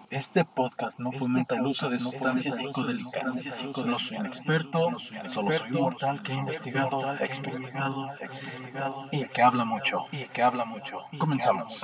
Este podcast no fomenta el uso de sustancias psicodélicas. No soy un experto, solo soy un mortal que ha investigado y que habla mucho. Comenzamos.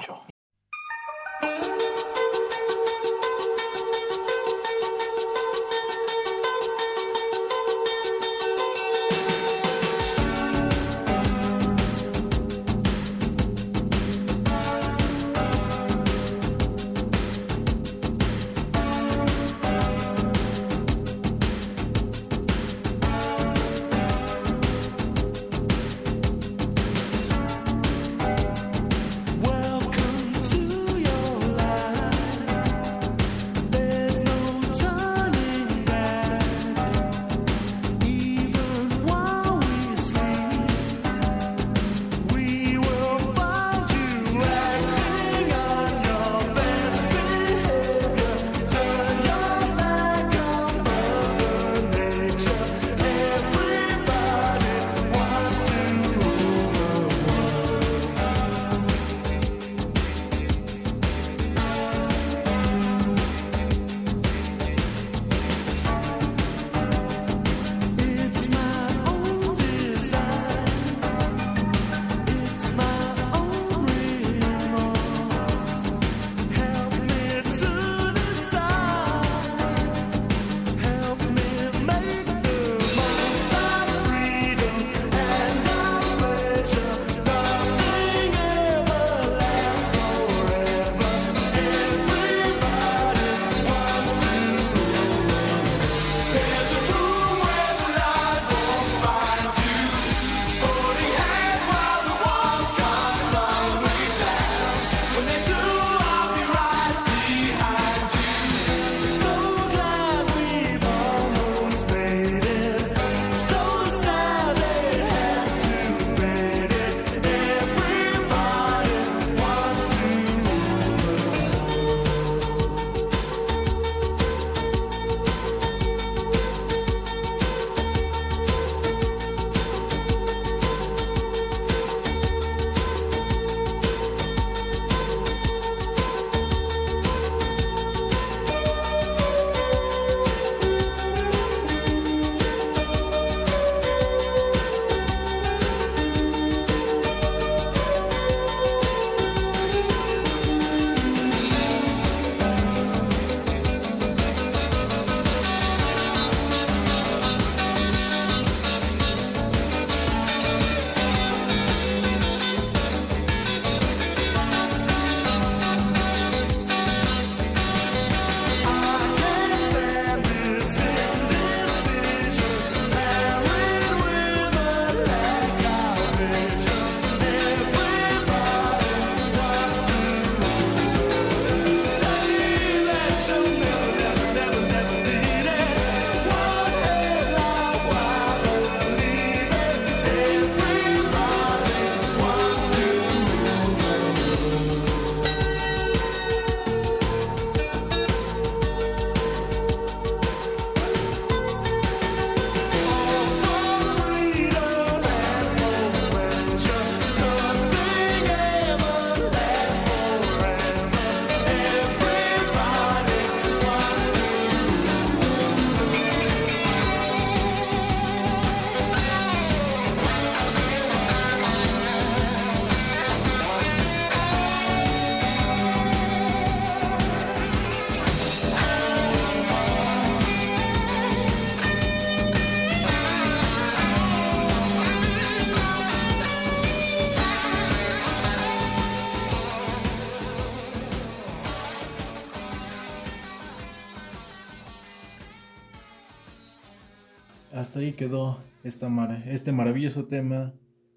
Hasta ahí quedó este maravilloso tema.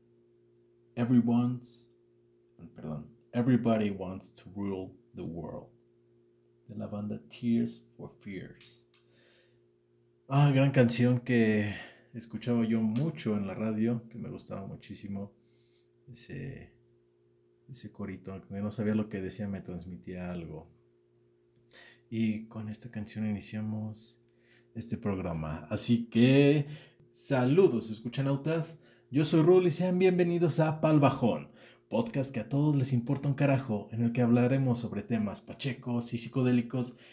Everybody Wants to Rule the World, de la banda Tears for Fears. Gran canción que escuchaba yo mucho en la radio, que me gustaba muchísimo. Ese corito, aunque no sabía lo que decía, me transmitía algo. Y con esta canción iniciamos este programa. Así que, saludos, escuchanautas. Yo soy Rul y sean bienvenidos a Pal Bajón, podcast que a todos les importa un carajo, en el que hablaremos sobre temas pachecos y psicodélicos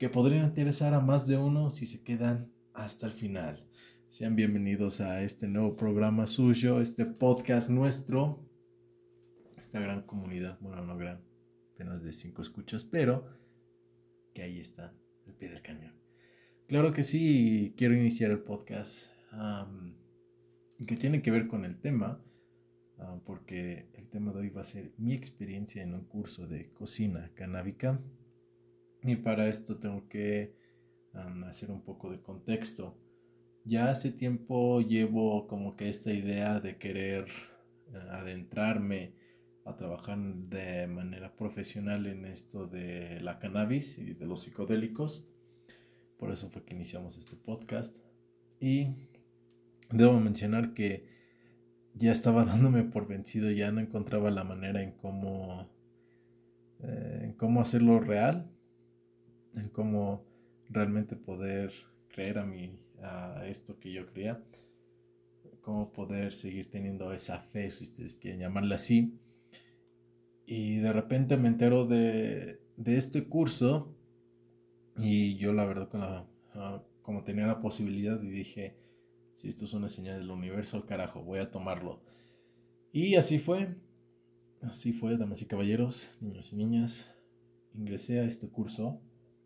que podrían interesar a más de uno si se quedan hasta el final. Sean bienvenidos a este nuevo programa suyo, este podcast nuestro, esta gran comunidad, bueno, no gran, apenas de 5 escuchas, pero que ahí están, al pie del cañón. Claro que sí, quiero iniciar el podcast que tiene que ver con el tema, porque el tema de hoy va a ser mi experiencia en un curso de cocina canábica. Y para esto tengo que hacer un poco de contexto. Ya hace tiempo llevo como que esta idea de querer adentrarme a trabajar de manera profesional en esto de la cannabis y de los psicodélicos. Por eso fue que iniciamos este podcast. Y debo mencionar que ya estaba dándome por vencido, ya no encontraba la manera en cómo hacerlo real, en cómo realmente poder creer a esto que yo creía, cómo poder seguir teniendo esa fe, si ustedes quieren llamarla así. Y de repente me entero de este curso y yo la verdad como tenía la posibilidad y dije, si esto es una señal del universo, carajo, voy a tomarlo. Y así fue, damas y caballeros, niños y niñas, ingresé a este curso.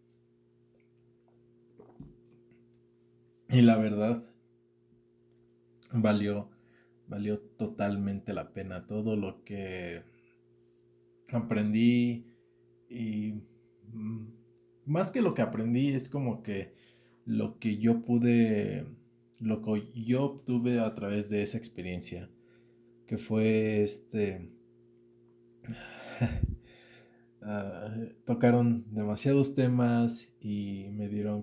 Y la verdad, valió totalmente la pena todo lo que aprendí. Y más que lo que aprendí, es como que lo que yo obtuve a través de esa experiencia, que fue tocaron demasiados temas y me dieron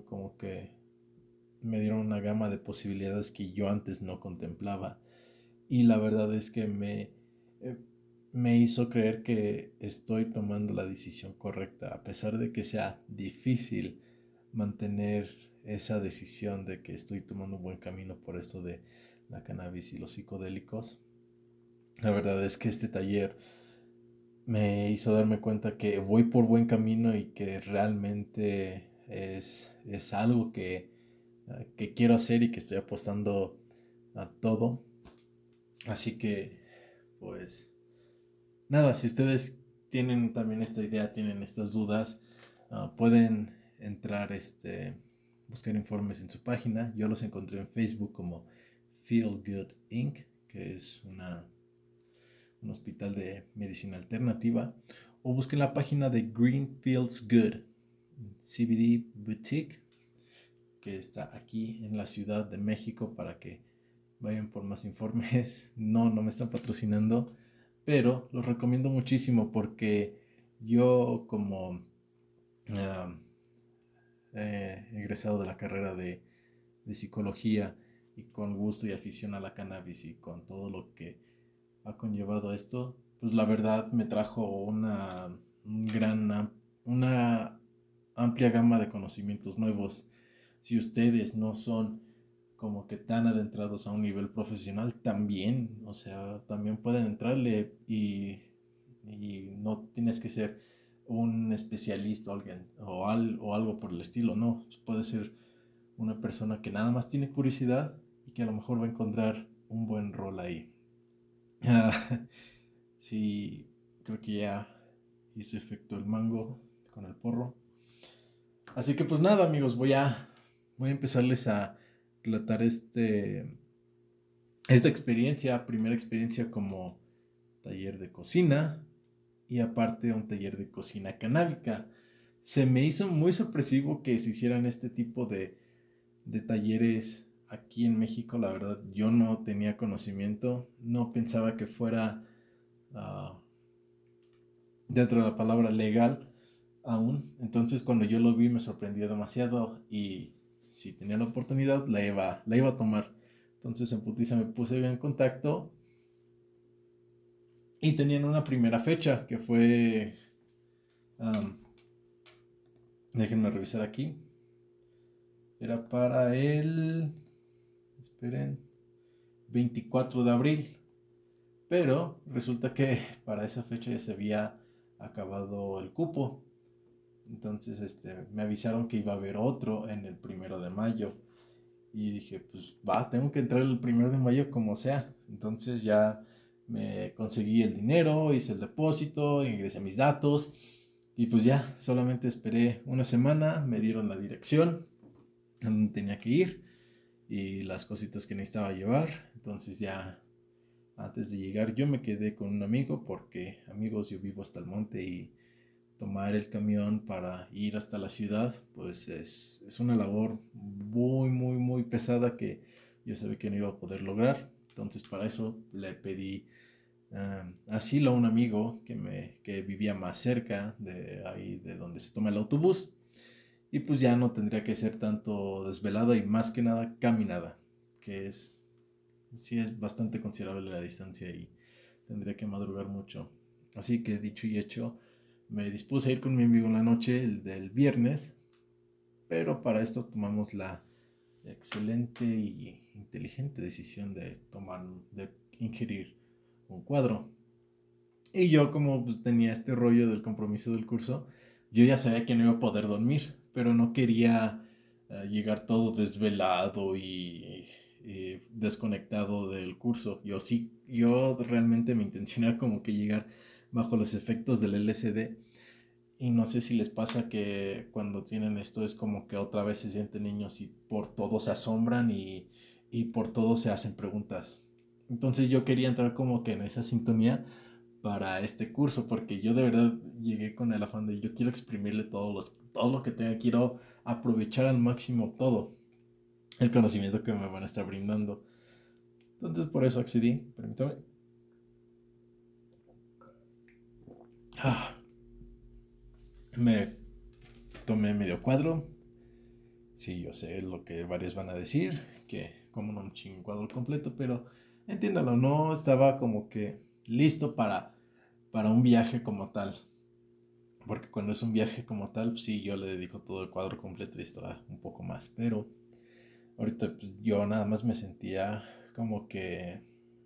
una gama de posibilidades que yo antes no contemplaba. Y la verdad es que me hizo creer que estoy tomando la decisión correcta, a pesar de que sea difícil mantener esa decisión de que estoy tomando un buen camino por esto de la cannabis y los psicodélicos. La verdad es que este taller me hizo darme cuenta que voy por buen camino y que realmente es algo que quiero hacer y que estoy apostando a todo. Así que, pues, nada, si ustedes tienen también esta idea, tienen estas dudas, pueden entrar, buscar informes en su página. Yo los encontré en Facebook como Feel Good Inc., que es un hospital de medicina alternativa. O busquen la página de Green Feels Good CBD Boutique, que está aquí en la Ciudad de México, para que vayan por más informes. No me están patrocinando, pero los recomiendo muchísimo porque yo, como egresado de la carrera de psicología y con gusto y afición a la cannabis y con todo lo que ha conllevado esto, pues la verdad me trajo una amplia gama de conocimientos nuevos. Si ustedes no son como que tan adentrados a un nivel profesional, también pueden entrarle y no tienes que ser un especialista o algo por el estilo, no, puede ser una persona que nada más tiene curiosidad y que a lo mejor va a encontrar un buen rol ahí. Sí, creo que ya hizo efecto el mango con el porro. Así que pues nada, amigos, voy a empezarles a relatar esta primera experiencia como taller de cocina y aparte un taller de cocina canábica. Se me hizo muy sorpresivo que se hicieran este tipo de talleres aquí en México. La verdad, yo no tenía conocimiento, no pensaba que fuera dentro de la palabra legal aún. Entonces cuando yo lo vi me sorprendió demasiado y si tenía la oportunidad la iba a tomar. Entonces en putiza me puse en contacto y tenían una primera fecha que fue, déjenme revisar aquí, era para el 24 de abril, pero resulta que para esa fecha ya se había acabado el cupo. Entonces me avisaron que iba a haber otro en el 1 de mayo. Y dije, pues va, tengo que entrar el 1 de mayo como sea. Entonces ya me conseguí el dinero, hice el depósito, ingresé mis datos. Y pues ya, solamente esperé una semana, me dieron la dirección a donde tenía que ir y las cositas que necesitaba llevar. Entonces ya antes de llegar yo me quedé con un amigo porque amigos, yo vivo hasta el monte y tomar el camión para ir hasta la ciudad pues es una labor muy muy muy pesada que yo sabía que no iba a poder lograr. Entonces para eso le pedí asilo a un amigo que vivía más cerca de ahí de donde se toma el autobús y pues ya no tendría que ser tanto desvelada y más que nada caminada, que es sí es bastante considerable la distancia y tendría que madrugar mucho. Así que dicho y hecho, me dispuse a ir con mi amigo en la noche el del viernes, pero para esto tomamos la excelente y inteligente decisión de ingerir un cuadro. Y yo como pues, tenía este rollo del compromiso del curso, yo ya sabía que no iba a poder dormir, pero no quería llegar todo desvelado y desconectado del curso. Yo realmente mi intención era como que llegar bajo los efectos del LSD. Y no sé si les pasa que cuando tienen esto es como que otra vez se sienten niños y por todo se asombran y por todo se hacen preguntas. Entonces yo quería entrar como que en esa sintonía para este curso, porque yo de verdad llegué con el afán de yo quiero exprimirle todo lo que tenga, quiero aprovechar al máximo todo el conocimiento que me van a estar brindando. Entonces por eso accedí, permítame. Ah, me tomé medio cuadro. Sí, yo sé lo que varios van a decir, que como no un chingo cuadro completo, pero entiéndalo, no estaba como que listo para un viaje como tal. Porque cuando es un viaje como tal, pues sí, yo le dedico todo el cuadro completo y esto va un poco más. Pero ahorita pues, yo nada más me sentía como que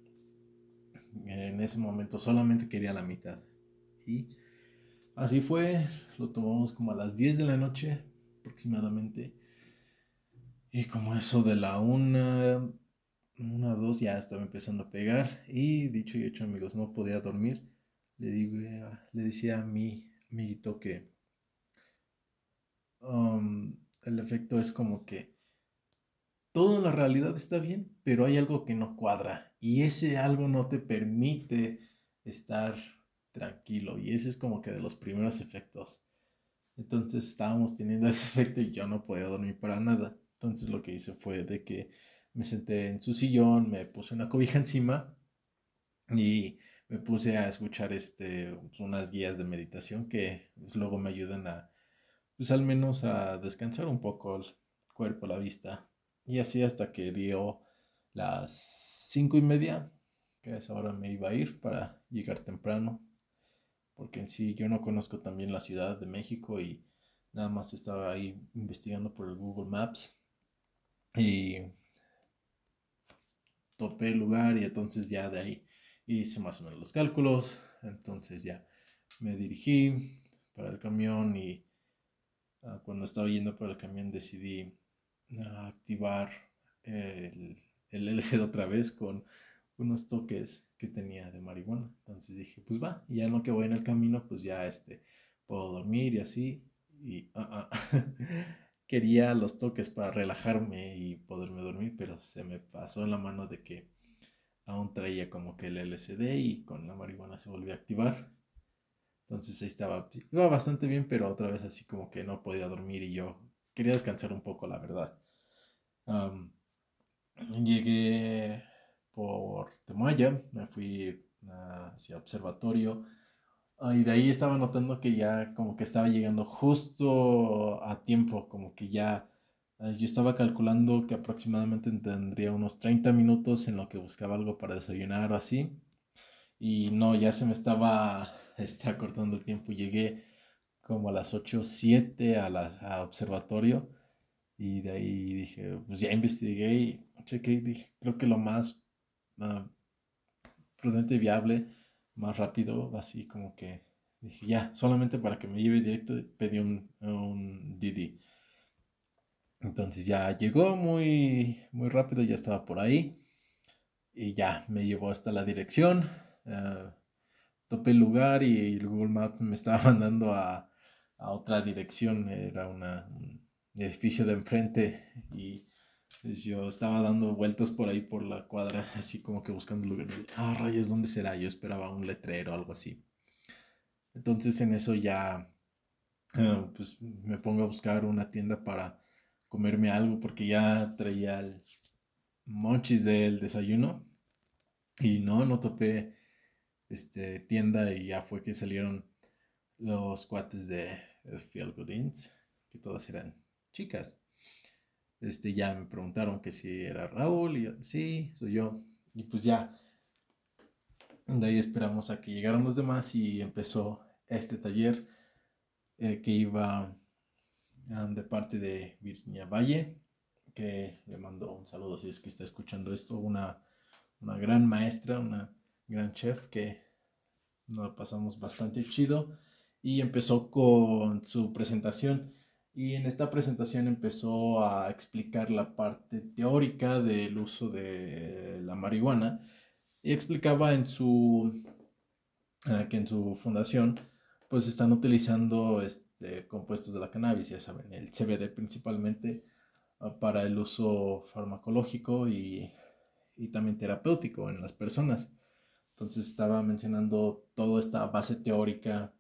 en ese momento solamente quería la mitad. Y así fue, lo tomamos como a las 10 de la noche aproximadamente. Y como eso de la dos, ya estaba empezando a pegar. Y dicho y hecho, amigos, no podía dormir. Le decía a mi amiguito que el efecto es como que todo en la realidad está bien, pero hay algo que no cuadra y ese algo no te permite estar tranquilo y ese es como que de los primeros efectos. Entonces estábamos teniendo ese efecto y yo no podía dormir para nada. Entonces lo que hice fue de que me senté en su sillón, me puse una cobija encima y me puse a escuchar unas guías de meditación que pues, luego me ayudan a pues al menos a descansar un poco el cuerpo, la vista. Y así hasta que dio las 5:30, que a esa hora me iba a ir para llegar temprano, porque en sí yo no conozco también la Ciudad de México y nada más estaba ahí investigando por el Google Maps y topé el lugar y entonces ya de ahí hice más o menos los cálculos, entonces ya me dirigí para el camión y cuando estaba yendo por el camión decidí activar el LCD otra vez con unos toques que tenía de marihuana. Entonces dije, pues va, y ya en lo que voy en el camino, pues ya puedo dormir y así. Y quería los toques para relajarme y poderme dormir, pero se me pasó en la mano de que aún traía como que el LCD y con la marihuana se volvió a activar. Entonces ahí estaba, iba bastante bien, pero otra vez así como que no podía dormir y yo quería descansar un poco, la verdad. Um, Llegué por Temoaya, me fui hacia Observatorio y de ahí estaba notando que ya como que estaba llegando justo a tiempo, como que ya yo estaba calculando que aproximadamente tendría unos 30 minutos en lo que buscaba algo para desayunar o así. Y no, ya se me estaba acortando el tiempo. Llegué como a las 8:07 a observatorio y de ahí dije, pues ya investigué y chequé y dije, creo que lo más prudente y viable, más rápido, así como que Dije, ya, solamente para que me lleve directo, pedí un Didi. Entonces ya llegó muy, muy rápido, ya estaba por ahí. Y ya, me llevó hasta la dirección. Topé el lugar y el Google Maps me estaba mandando a otra dirección. Era un edificio de enfrente y pues, yo estaba dando vueltas por ahí por la cuadra, así como que buscando lugar. Rayos, ¿dónde será? Yo esperaba un letrero o algo así. Entonces en eso ya pues me pongo a buscar una tienda para comerme algo porque ya traía el monchis del desayuno y no topé tienda y ya fue que salieron los cuates de Field Goodings, que todas eran chicas. Ya me preguntaron que si era Raúl y yo, sí, soy yo. Y pues ya, de ahí esperamos a que llegaron los demás y empezó este taller que iba de parte de Virginia Valle, que le mando un saludo si es que está escuchando esto, una gran maestra, una gran chef que nos pasamos bastante chido y empezó con su presentación y en esta presentación empezó a explicar la parte teórica del uso de la marihuana y explicaba que en su fundación pues están utilizando compuestos de la cannabis, ya saben, el CBD principalmente para el uso farmacológico y también terapéutico en las personas. Entonces estaba mencionando toda esta base teórica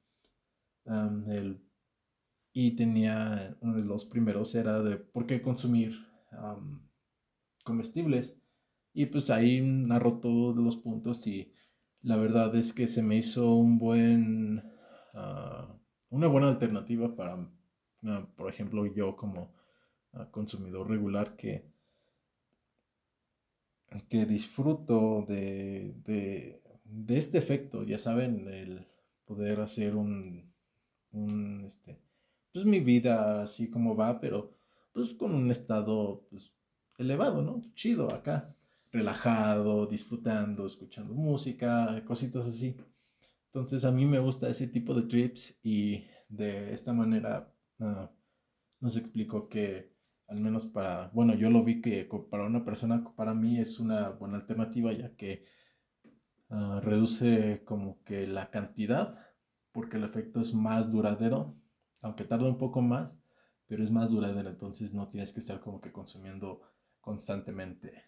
y tenía uno de los primeros era de por qué consumir comestibles. Y pues ahí narró todos los puntos y la verdad es que se me hizo uh, una buena alternativa para, por ejemplo, yo como consumidor regular que disfruto de este efecto, ya saben, el poder hacer un pues mi vida así como va, pero pues con un estado pues elevado, ¿no? Chido acá, relajado, disfrutando, escuchando música, cositas así. Entonces a mí me gusta ese tipo de trips y de esta manera nos explicó que al menos bueno, yo lo vi que para una persona, para mí es una buena alternativa ya que reduce como que la cantidad porque el efecto es más duradero, aunque tarda un poco más, pero es más duradero, entonces no tienes que estar como que consumiendo constantemente.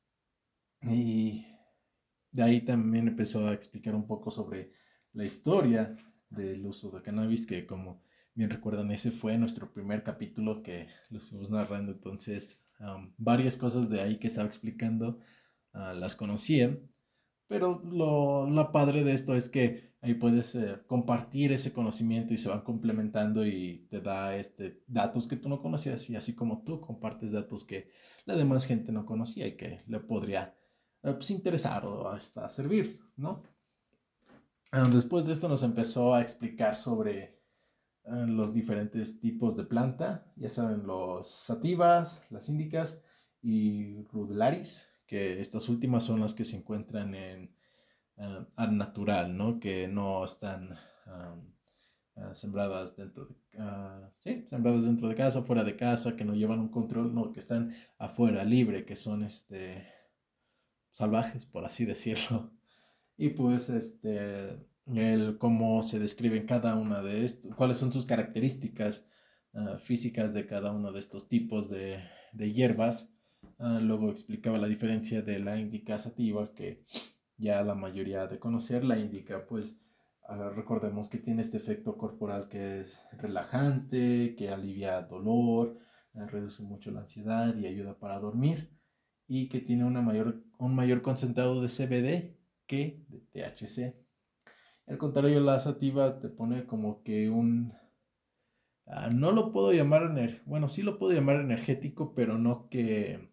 Y de ahí también empezó a explicar un poco sobre la historia del uso de cannabis, que como bien recuerdan, ese fue nuestro primer capítulo que lo estuvimos narrando, entonces varias cosas de ahí que estaba explicando las conocían, pero lo padre de esto es que ahí puedes compartir ese conocimiento y se van complementando y te da datos que tú no conocías y así como tú compartes datos que la demás gente no conocía y que le podría pues, interesar o hasta servir, ¿no? Después de esto nos empezó a explicar sobre los diferentes tipos de planta, ya saben, los sativas, las índicas y rudelaris, que estas últimas son las que se encuentran en al natural, ¿no? Que no están sembradas sí, sembradas dentro de casa, fuera de casa, que no llevan un control, no, que están afuera, libre, que son salvajes, por así decirlo. Y pues el cómo se describen cada una de estos, cuáles son sus características físicas de cada uno de estos tipos de hierbas. Luego explicaba la diferencia de la indica sativa, que ya la mayoría de conocer. La indica, pues recordemos que tiene este efecto corporal que es relajante, que alivia dolor, reduce mucho la ansiedad y ayuda para dormir, y que tiene un mayor concentrado de CBD que de THC. Al contrario, la sativa te pone como que no lo puedo llamar, bueno, sí lo puedo llamar energético, pero no que,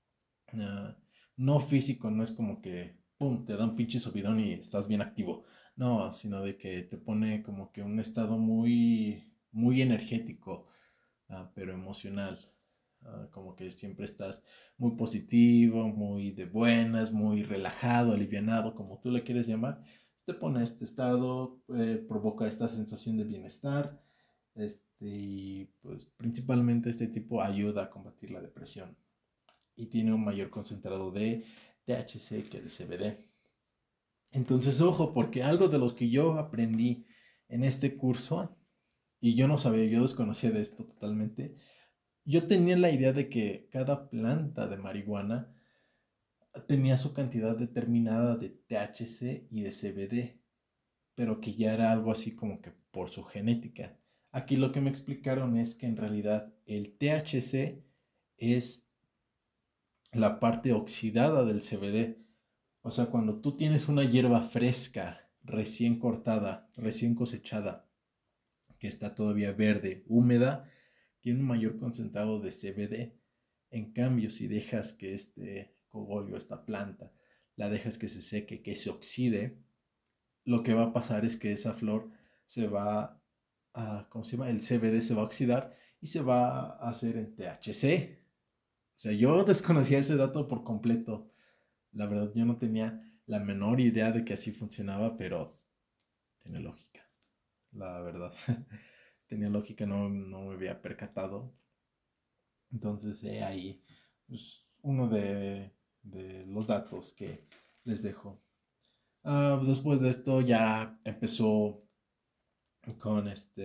no físico, no es como que, pum, te da un pinche subidón y estás bien activo. No, sino de que te pone como que un estado muy, muy energético, pero emocional. Como que siempre estás muy positivo, muy de buenas, muy relajado, alivianado, como tú le quieres llamar. te pone este estado, provoca esta sensación de bienestar, y pues principalmente este tipo ayuda a combatir la depresión y tiene un mayor concentrado de THC que de CBD. Entonces, ojo, porque algo de lo que yo aprendí en este curso, y yo no sabía, yo desconocía de esto totalmente, yo tenía la idea de que cada planta de marihuana tenía su cantidad determinada de THC y de CBD, pero que ya era algo así como que por su genética. Aquí lo que me explicaron es que en realidad el THC es la parte oxidada del CBD. O sea, cuando tú tienes una hierba fresca, recién cortada, recién cosechada, que está todavía verde, húmeda, tiene un mayor concentrado de CBD. En cambio, si dejas que este cogollo, esta planta, la dejas que se seque, que se oxide, lo que va a pasar es que esa flor se va a, ¿cómo se llama? El CBD se va a oxidar y se va a hacer en THC. O sea, yo desconocía ese dato por completo. La verdad, yo no tenía la menor idea de que así funcionaba, pero tiene lógica. La verdad, tenía lógica, no me había percatado. Entonces, ahí pues, uno de los datos que les dejo. Después de esto ya empezó con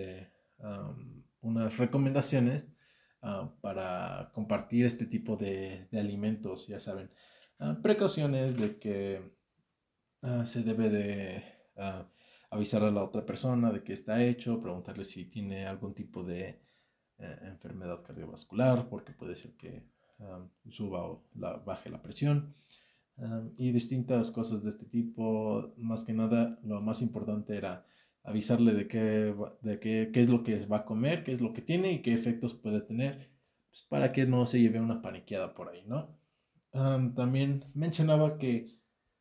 unas recomendaciones para compartir este tipo de alimentos, ya saben, precauciones de que se debe de avisar a la otra persona de que está hecho, preguntarle si tiene algún tipo de enfermedad cardiovascular, porque puede ser que suba o baje la presión. Y distintas cosas de este tipo. Más que nada, lo más importante era avisarle qué es lo que va a comer, qué es lo que tiene y qué efectos puede tener, pues, para que no se lleve una paniqueada por ahí, ¿no? También mencionaba que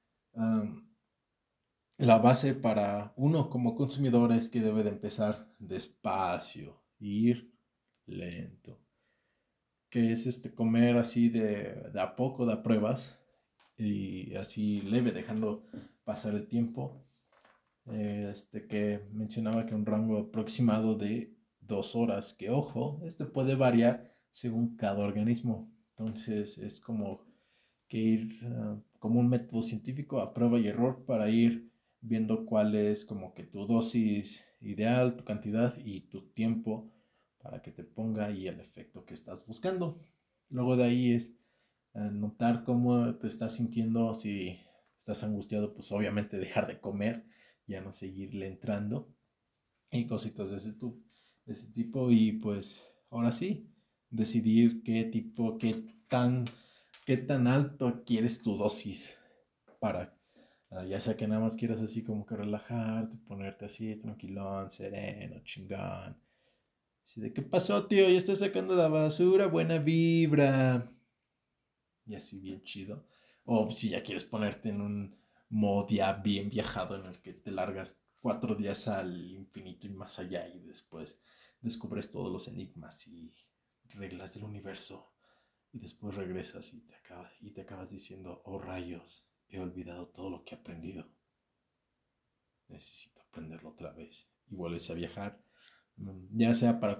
la base para uno como consumidor es que debe de empezar despacio, ir lento, que es comer así de a poco, de a pruebas, y así leve, dejando pasar el tiempo. Que mencionaba que un rango aproximado de 2 horas, que ojo, puede variar según cada organismo. Entonces es como que ir como un método científico a prueba y error para ir viendo cuál es como que tu dosis ideal, tu cantidad y tu tiempo para que te ponga y el efecto que estás buscando. Luego de ahí es notar cómo te estás sintiendo. Si estás angustiado, pues obviamente dejar de comer, ya no seguirle entrando y cositas de ese tipo. Y pues ahora sí, decidir qué tan alto quieres tu dosis para, ya sea que nada más quieras así como que relajarte, ponerte así tranquilón, sereno, chingón. Así de, ¿qué pasó, tío? Ya estás sacando la basura, buena vibra. Y así bien chido. O si ya quieres ponerte en un modo ya bien viajado en el que te largas 4 días al infinito y más allá y después descubres todos los enigmas y reglas del universo y después regresas y te acabas diciendo, oh rayos, he olvidado todo lo que he aprendido. Necesito aprenderlo otra vez. Y vuelves a viajar, ya sea para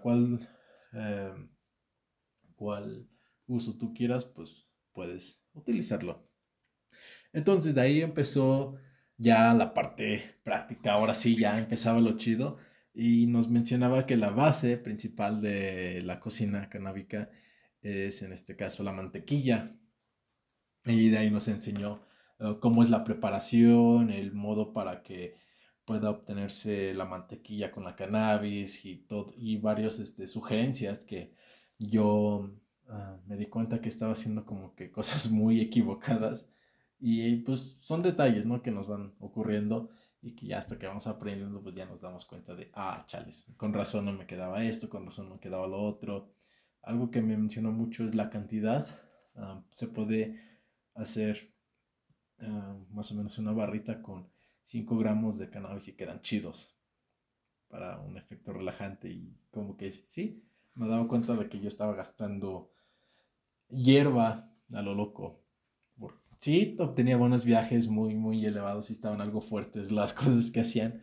cuál uso tú quieras, pues puedes utilizarlo. Entonces de ahí empezó ya la parte práctica. Ahora sí, ya empezaba lo chido. Y nos mencionaba que la base principal de la cocina canábica es en este caso la mantequilla. Y de ahí nos enseñó cómo es la preparación, el modo para que pueda obtenerse la mantequilla con la cannabis y todo, y varios sugerencias que yo me di cuenta que estaba haciendo como que cosas muy equivocadas. Y pues son detalles, ¿no? Que nos van ocurriendo y que ya hasta que vamos aprendiendo pues ya nos damos cuenta de, chales, con razón no me quedaba esto, con razón no me quedaba lo otro. Algo que me mencionó mucho es la cantidad. Se puede hacer más o menos una barrita con 5 gramos de cannabis y quedan chidos para un efecto relajante. Y como que sí, me he dado cuenta de que yo estaba gastando hierba a lo loco por Sí, obtenía buenos viajes muy, muy elevados y estaban algo fuertes las cosas que hacían.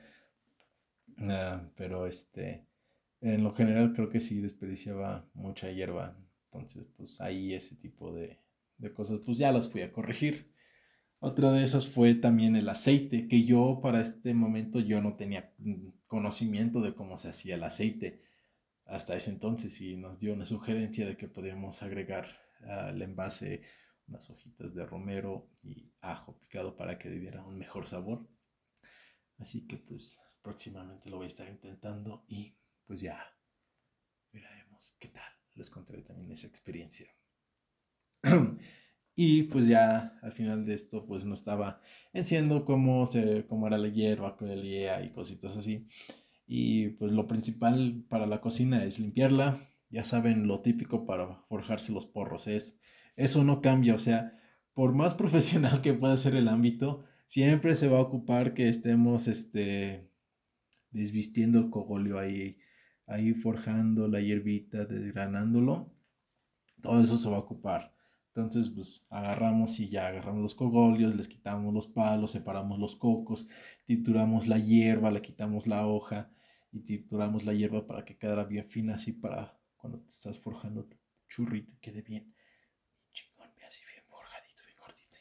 Pero en lo general creo que sí desperdiciaba mucha hierba. Entonces, pues ahí ese tipo de cosas, pues ya las fui a corregir. Otra de esas fue también el aceite, que yo para este momento yo no tenía conocimiento de cómo se hacía el aceite hasta ese entonces y nos dio una sugerencia de que podíamos agregar al envase unas hojitas de romero y ajo picado para que diera un mejor sabor. Así que pues próximamente lo voy a estar intentando y pues ya veremos qué tal. Les contaré también esa experiencia. Y pues ya al final de esto pues no estaba enciendo cómo era la hierba que olía y cositas así. Y pues lo principal para la cocina es limpiarla. Ya saben, lo típico para forjarse los porros es, eso no cambia, o sea, por más profesional que pueda ser el ámbito, siempre se va a ocupar que estemos desvistiendo el cogolio ahí forjando la hierbita, desgranándolo. Todo eso se va a ocupar. Entonces, pues agarramos y ya agarramos los cogolios, les quitamos los palos, separamos los cocos, trituramos la hierba, le quitamos la hoja y trituramos la hierba para que quedara bien fina, así para cuando te estás forjando tu churrito quede bien chingón, así bien forjadito, bien gordito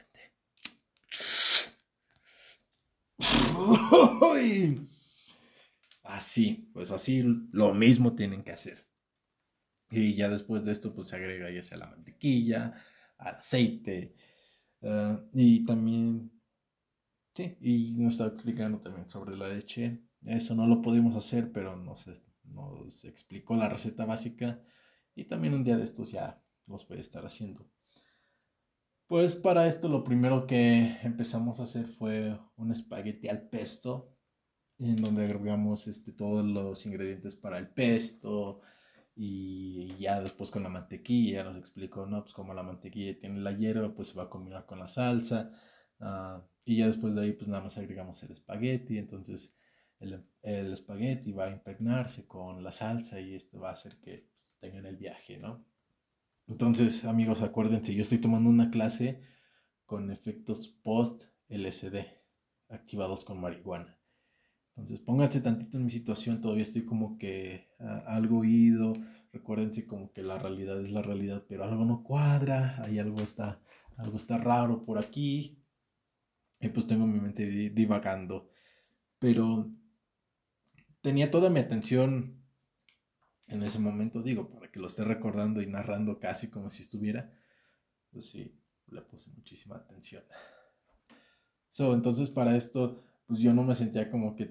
y de repente. Así, pues así lo mismo tienen que hacer. Y ya después de esto, pues se agrega ya sea la mantequilla, al aceite. Y también, sí, y nos estaba explicando también sobre la leche. Eso no lo pudimos hacer, pero nos explicó la receta básica. Y también un día de estos ya los voy a estar haciendo. Pues para esto lo primero que empezamos a hacer fue un espagueti al pesto, en donde agregamos todos los ingredientes para el pesto, y ya después con la mantequilla nos explicó, ¿no? Pues como la mantequilla tiene la hierba, pues se va a combinar con la salsa. Y ya después de ahí, pues nada más agregamos el espagueti. Entonces el espagueti va a impregnarse con la salsa y esto va a hacer que pues, tengan el viaje, ¿no? Entonces, amigos, acuérdense, yo estoy tomando una clase con efectos post-LSD, activados con marihuana. Entonces, pónganse tantito en mi situación, todavía estoy como que algo oído. Recuérdense como que la realidad es la realidad, pero algo no cuadra, hay algo está raro por aquí. Y pues tengo mi mente divagando. Pero tenía toda mi atención en ese momento, digo, para que lo esté recordando y narrando casi como si estuviera. Pues sí, le puse muchísima atención. Entonces para esto, pues yo no me sentía como que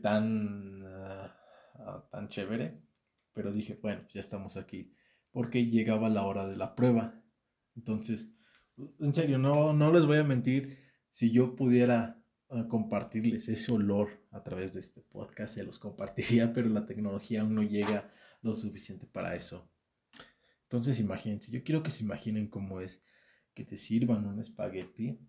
tan chévere, pero dije, bueno, pues ya estamos aquí, porque llegaba la hora de la prueba. Entonces, en serio, no les voy a mentir, si yo pudiera compartirles ese olor a través de este podcast, se los compartiría, pero la tecnología aún no llega lo suficiente para eso. Entonces, imagínense, yo quiero que se imaginen cómo es que te sirvan un espagueti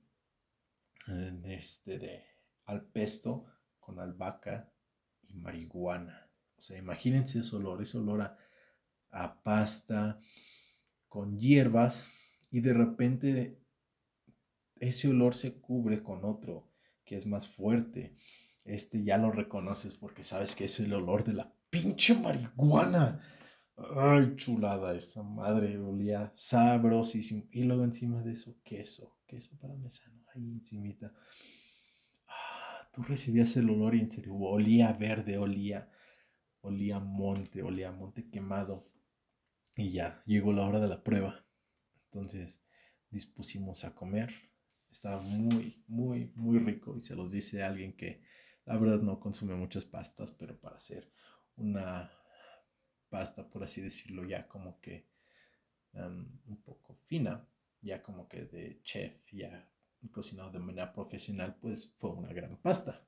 de al pesto con albahaca y marihuana. O sea, imagínense ese olor a pasta con hierbas y de repente ese olor se cubre con otro que es más fuerte. Ya lo reconoces porque sabes que es el olor de la pinche marihuana. Ay, chulada, esa madre olía sabrosísimo. Y luego encima de eso, queso parmesano, ahí encimita. Tú recibías el olor y en serio, olía verde, olía a monte quemado. Y ya, llegó la hora de la prueba. Entonces, dispusimos a comer. Estaba muy, muy, muy rico y se los dice a alguien que la verdad no consume muchas pastas, pero para hacer una pasta, por así decirlo, ya como que un poco fina, ya como que de chef, ya cocinado de manera profesional, pues fue una gran pasta.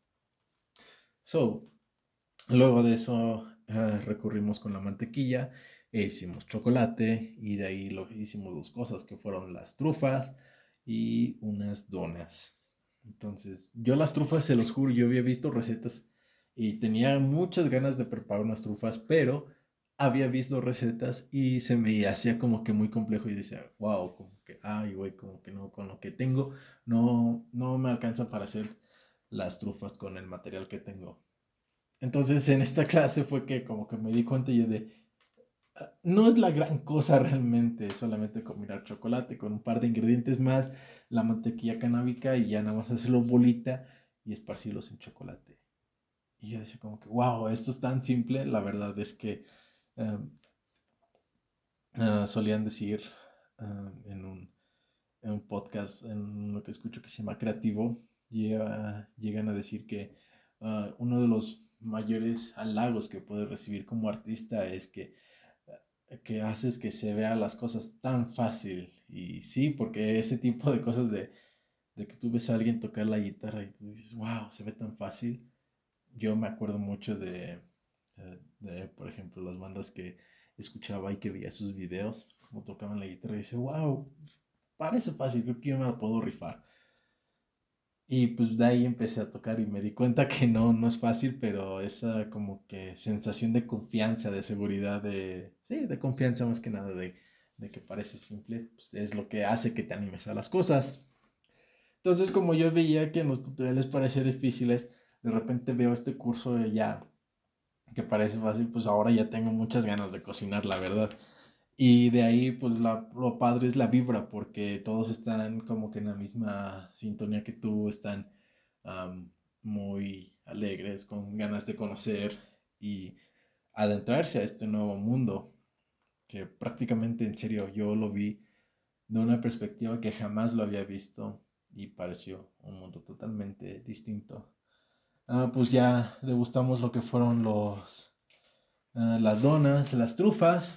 Luego de eso recurrimos con la mantequilla, hicimos chocolate y de ahí hicimos dos cosas que fueron las trufas y unas donas. Entonces, yo las trufas, se los juro, yo había visto recetas y tenía muchas ganas de preparar unas trufas, pero había visto recetas y se me hacía como que muy complejo y decía, wow, como que ay, güey, como que no, con lo que tengo, no me alcanza para hacer las trufas con el material que tengo. Entonces en esta clase fue que como que me di cuenta yo de, no es la gran cosa realmente, solamente combinar chocolate con un par de ingredientes más, la mantequilla canábica y ya nada más hacerlo bolita y esparcirlos en chocolate. Y yo decía como que, wow, esto es tan simple. La verdad es que um, solían decir en un podcast, en lo que escucho que se llama Creativo, llegan a decir que uno de los mayores halagos que puedes recibir como artista es que haces que se vea las cosas tan fácil. Y sí, porque ese tipo de cosas de que tú ves a alguien tocar la guitarra y tú dices, wow, se ve tan fácil. Yo me acuerdo mucho por ejemplo, las bandas que escuchaba y que veía sus videos, como tocaban la guitarra y dice, wow, parece fácil, creo que yo me la puedo rifar. Y pues de ahí empecé a tocar y me di cuenta que no es fácil, pero esa como que sensación de confianza, de seguridad, sí, de confianza más que nada, de que parece simple, pues es lo que hace que te animes a las cosas. Entonces, como yo veía que en los tutoriales parecía difíciles, de repente veo este curso de ya que parece fácil, pues ahora ya tengo muchas ganas de cocinar, la verdad. Y de ahí, pues lo padre es la vibra, porque todos están como que en la misma sintonía que tú, están am, muy alegres, con ganas de conocer y adentrarse a este nuevo mundo, que prácticamente en serio yo lo vi de una perspectiva que jamás lo había visto y pareció un mundo totalmente distinto. Pues ya degustamos lo que fueron las donas, las trufas.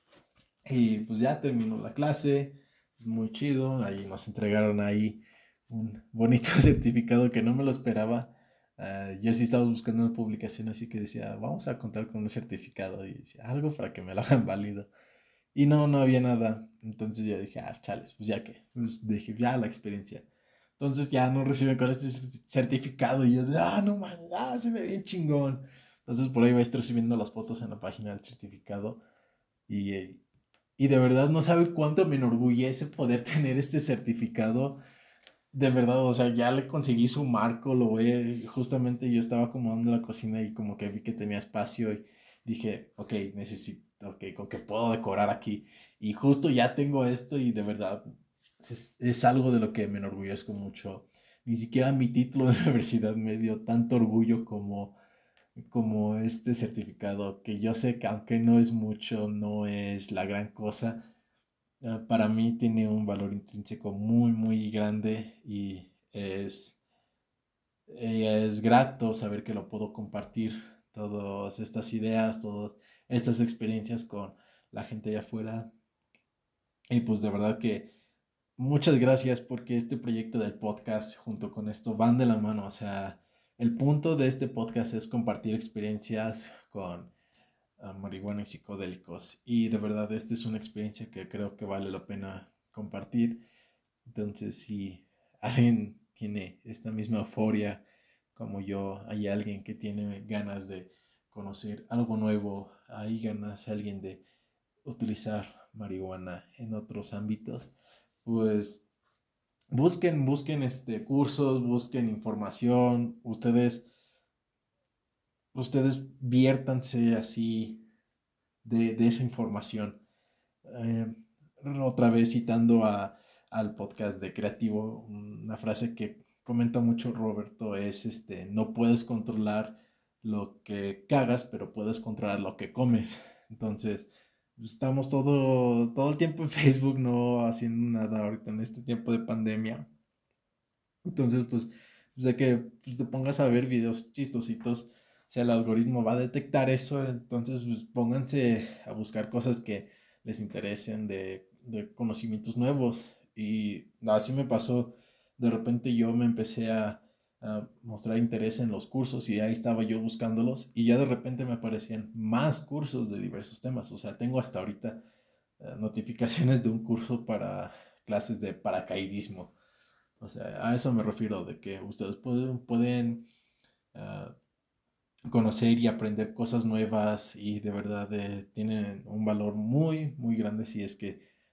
Y pues ya terminó la clase, muy chido, ahí nos entregaron ahí un bonito certificado que no me lo esperaba. Yo sí estaba buscando una publicación así que decía, vamos a contar con un certificado y decía algo para que me lo hagan válido. Y no había nada. Entonces yo dije, chales, pues ya que, pues dije, ya la experiencia. Entonces ya no reciben con este certificado y yo de, no man, se ve bien chingón. Entonces por ahí voy a estar subiendo las fotos en la página del certificado y, y de verdad no sabe cuánto me enorgullece poder tener este certificado. De verdad, o sea, ya le conseguí su marco, justamente yo estaba acomodando la cocina y como que vi que tenía espacio y dije, ok, necesito, ok, con que puedo decorar aquí. Y justo ya tengo esto y de verdad es algo de lo que me enorgullezco mucho. Ni siquiera mi título de universidad me dio tanto orgullo como este certificado, que yo sé que aunque no es mucho, no es la gran cosa, para mí tiene un valor intrínseco muy grande y es grato saber que lo puedo compartir, todas estas ideas, todas estas experiencias con la gente allá afuera. Y pues de verdad que muchas gracias porque este proyecto del podcast junto con esto van de la mano. O sea, el punto de este podcast es compartir experiencias con marihuana y psicodélicos. Y de verdad, esta es una experiencia que creo que vale la pena compartir. Entonces, si alguien tiene esta misma euforia como yo, hay alguien que tiene ganas de conocer algo nuevo, hay ganas alguien de utilizar marihuana en otros ámbitos, pues busquen cursos, busquen información, ustedes viértanse así de esa información. Eh, Otra vez citando al podcast de Creativo, una frase que comenta mucho Roberto es, no puedes controlar lo que cagas, pero puedes controlar lo que comes. Entonces, estamos todo el tiempo en Facebook, no haciendo nada ahorita en este tiempo de pandemia. Entonces, pues de que pues, te pongas a ver videos chistositos, o sea, el algoritmo va a detectar eso, entonces pues, pónganse a buscar cosas que les interesen de conocimientos nuevos. Y así me pasó, de repente yo me empecé a mostrar interés en los cursos y ahí estaba yo buscándolos y ya de repente me aparecían más cursos de diversos temas. O sea, tengo hasta ahorita notificaciones de un curso para clases de paracaidismo. O sea, a eso me refiero, de que ustedes pueden ah, conocer y aprender cosas nuevas y de verdad tienen un valor muy grande si es que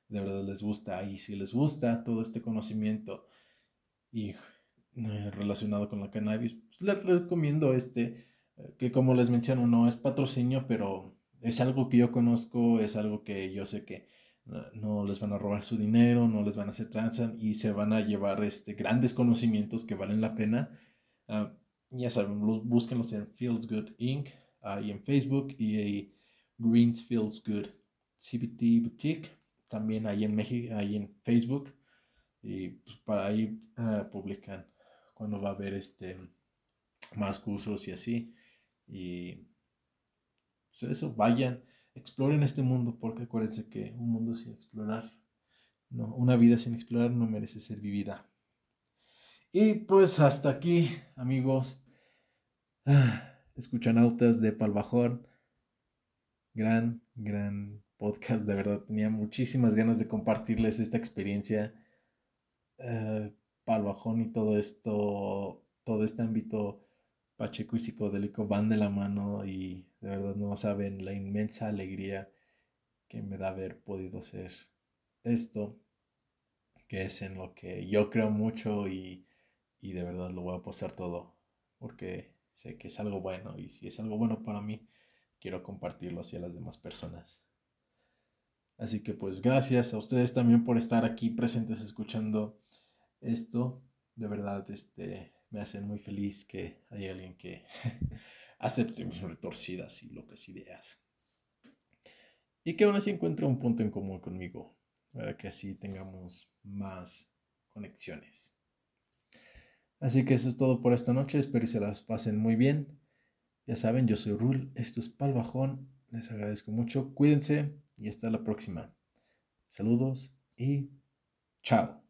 de verdad les gusta. Y si les gusta todo este conocimiento y relacionado con la cannabis, pues les recomiendo que como les menciono, no es patrocinio, pero es algo que yo conozco, es algo que yo sé que no les van a robar su dinero, no les van a hacer tranza y se van a llevar grandes conocimientos que valen la pena. Uh, ya saben, búsquenlos en Feels Good Inc. Y en Facebook y Greens Feels Good CBT Boutique. También ahí en México, ahí en Facebook. Y pues para ahí publican cuando va a haber más cursos y así. Y pues eso, vayan, exploren este mundo, porque acuérdense que un mundo sin explorar, no, una vida sin explorar no merece ser vivida. Y pues hasta aquí, amigos, escuchanautas de Palbajón. Gran podcast, de verdad. Tenía muchísimas ganas de compartirles esta experiencia. Palbajón y todo esto, todo este ámbito pacheco y psicodélico van de la mano y de verdad no saben la inmensa alegría que me da haber podido hacer esto, que es en lo que yo creo mucho y de verdad lo voy a apostar todo porque sé que es algo bueno y si es algo bueno para mí, quiero compartirlo hacia las demás personas. Así que pues gracias a ustedes también por estar aquí presentes escuchando esto. De verdad, me hacen muy feliz que haya alguien que acepte mis retorcidas y locas ideas. Y que aún así encuentre un punto en común conmigo, para que así tengamos más conexiones. Así que eso es todo por esta noche, espero que se las pasen muy bien. Ya saben, yo soy Rul, esto es Palbajón, les agradezco mucho, cuídense y hasta la próxima. Saludos y chao.